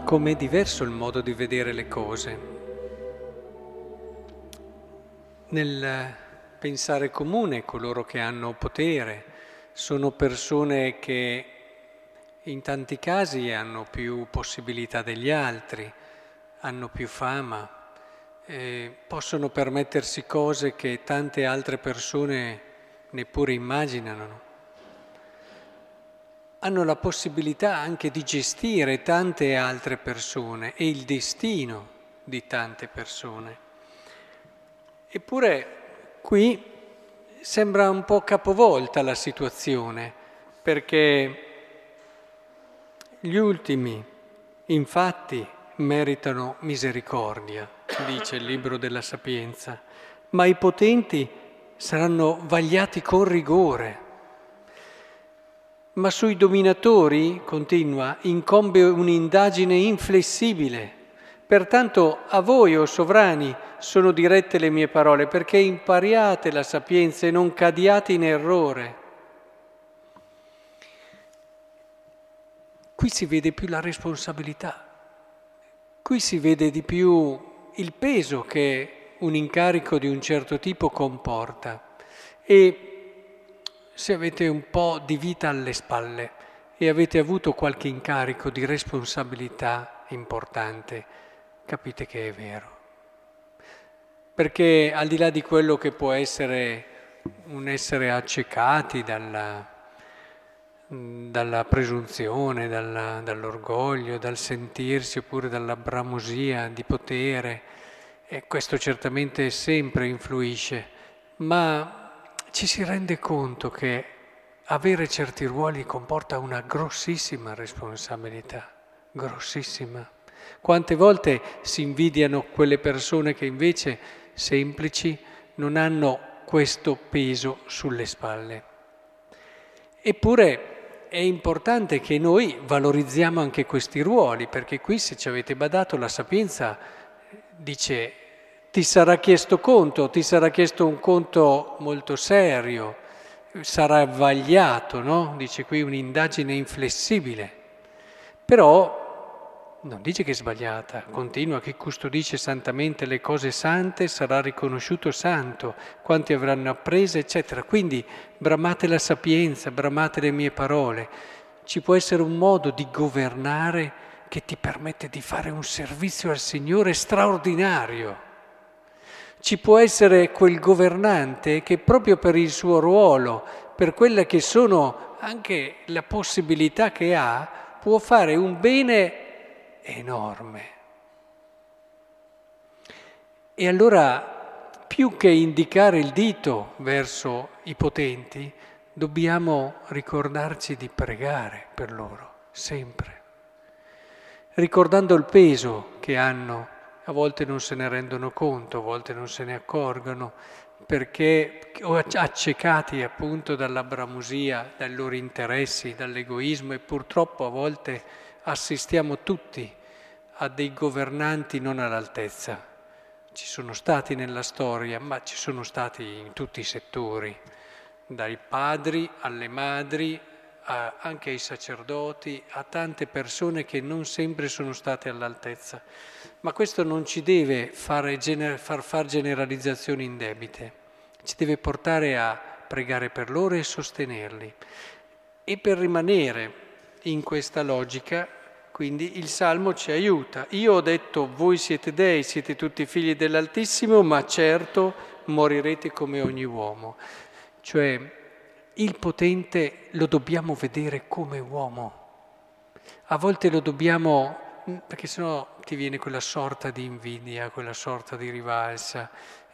com'è diverso il modo di vedere le cose. Nel pensare comune, coloro che hanno potere sono persone che in tanti casi hanno più possibilità degli altri, hanno più fama, possono permettersi cose che tante altre persone neppure immaginano. Hanno la possibilità anche di gestire tante altre persone e il destino di tante persone. Eppure qui sembra un po' capovolta la situazione, perché gli ultimi, infatti, meritano misericordia, dice il libro della Sapienza, ma i potenti saranno vagliati con rigore. Ma sui dominatori, continua, incombe un'indagine inflessibile. Pertanto a voi, o sovrani, sono dirette le mie parole, perché impariate la sapienza e non cadiate in errore. Qui si vede più la responsabilità, qui si vede di più il peso che un incarico di un certo tipo comporta. E se avete un po' di vita alle spalle e avete avuto qualche incarico di responsabilità importante, capite che è vero. Perché al di là di quello che può essere un essere accecati dalla presunzione, dall'orgoglio, dal sentirsi oppure dalla bramosia di potere, e questo certamente sempre influisce, ma ci si rende conto che avere certi ruoli comporta una grossissima responsabilità, grossissima. Quante volte si invidiano quelle persone che invece, semplici, non hanno questo peso sulle spalle. Eppure è importante che noi valorizziamo anche questi ruoli, perché qui, se ci avete badato, la Sapienza dice: ti sarà chiesto conto, ti sarà chiesto un conto molto serio, sarà vagliato, no? Dice qui un'indagine inflessibile. Però non dice che è sbagliata, continua: chi custodisce santamente le cose sante sarà riconosciuto santo, quanti avranno apprese, eccetera. Quindi bramate la sapienza, bramate le mie parole. Ci può essere un modo di governare che ti permette di fare un servizio al Signore straordinario. Ci può essere quel governante che proprio per il suo ruolo, per quelle che sono anche la possibilità che ha, può fare un bene enorme. E allora, più che indicare il dito verso i potenti, dobbiamo ricordarci di pregare per loro, sempre, ricordando il peso che hanno. A volte non se ne rendono conto, a volte non se ne accorgono, perché accecati appunto dalla bramosia, dai loro interessi, dall'egoismo, e purtroppo a volte assistiamo tutti a dei governanti non all'altezza. Ci sono stati nella storia, ma ci sono stati in tutti i settori, dai padri alle madri, anche ai sacerdoti, a tante persone che non sempre sono state all'altezza. Ma questo non ci deve far generalizzazioni indebite, ci deve portare a pregare per loro e sostenerli. E per rimanere in questa logica, quindi il Salmo ci aiuta. Io ho detto: voi siete dei, siete tutti figli dell'Altissimo, ma certo morirete come ogni uomo. Cioè, il potente lo dobbiamo vedere come uomo. A volte lo dobbiamo, perché sennò ti viene quella sorta di invidia, quella sorta di rivalsa,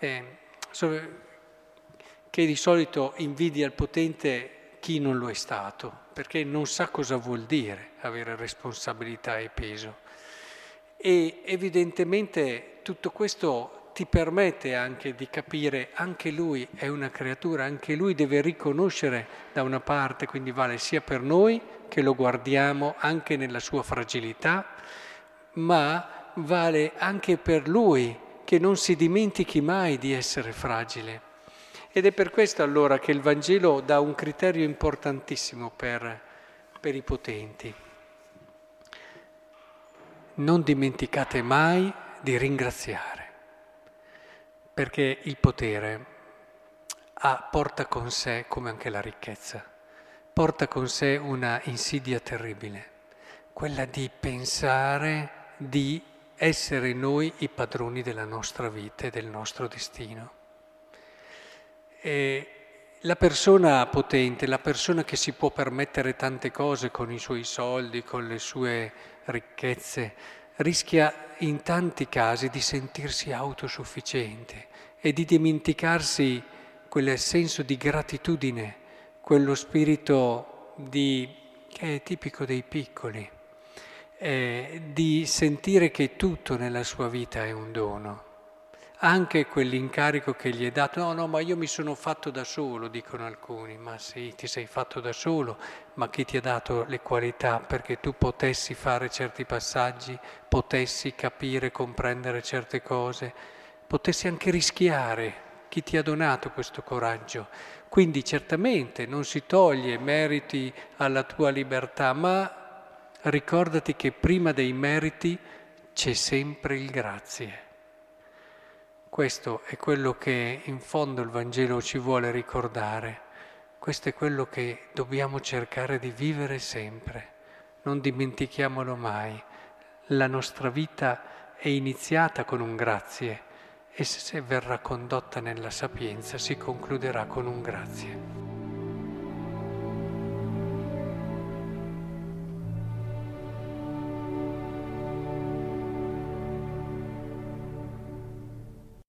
che di solito invidia il potente chi non lo è stato, perché non sa cosa vuol dire avere responsabilità e peso. E evidentemente tutto questo ti permette anche di capire: anche lui è una creatura, anche lui deve riconoscere da una parte, quindi vale sia per noi che lo guardiamo anche nella sua fragilità, ma vale anche per lui che non si dimentichi mai di essere fragile. Ed è per questo allora che il Vangelo dà un criterio importantissimo per i potenti. non dimenticate mai di ringraziare, perché il potere porta con sé, come anche la ricchezza, porta con sé una insidia terribile, quella di pensare di essere noi i padroni della nostra vita e del nostro destino. E la persona potente, la persona che si può permettere tante cose con i suoi soldi, con le sue ricchezze, rischia in tanti casi di sentirsi autosufficiente e di dimenticarsi quel senso di gratitudine, quello spirito che è tipico dei piccoli, di sentire che tutto nella sua vita è un dono. Anche quell'incarico che gli è dato, no, ma io mi sono fatto da solo, dicono alcuni, ma sì, ti sei fatto da solo, ma chi ti ha dato le qualità perché tu potessi fare certi passaggi, potessi capire, comprendere certe cose, potessi anche rischiare, chi ti ha donato questo coraggio? Quindi certamente non si toglie meriti alla tua libertà, ma ricordati che prima dei meriti c'è sempre il grazie. Questo è quello che in fondo il Vangelo ci vuole ricordare. Questo è quello che dobbiamo cercare di vivere sempre. Non dimentichiamolo mai. La nostra vita è iniziata con un grazie e se verrà condotta nella sapienza si concluderà con un grazie.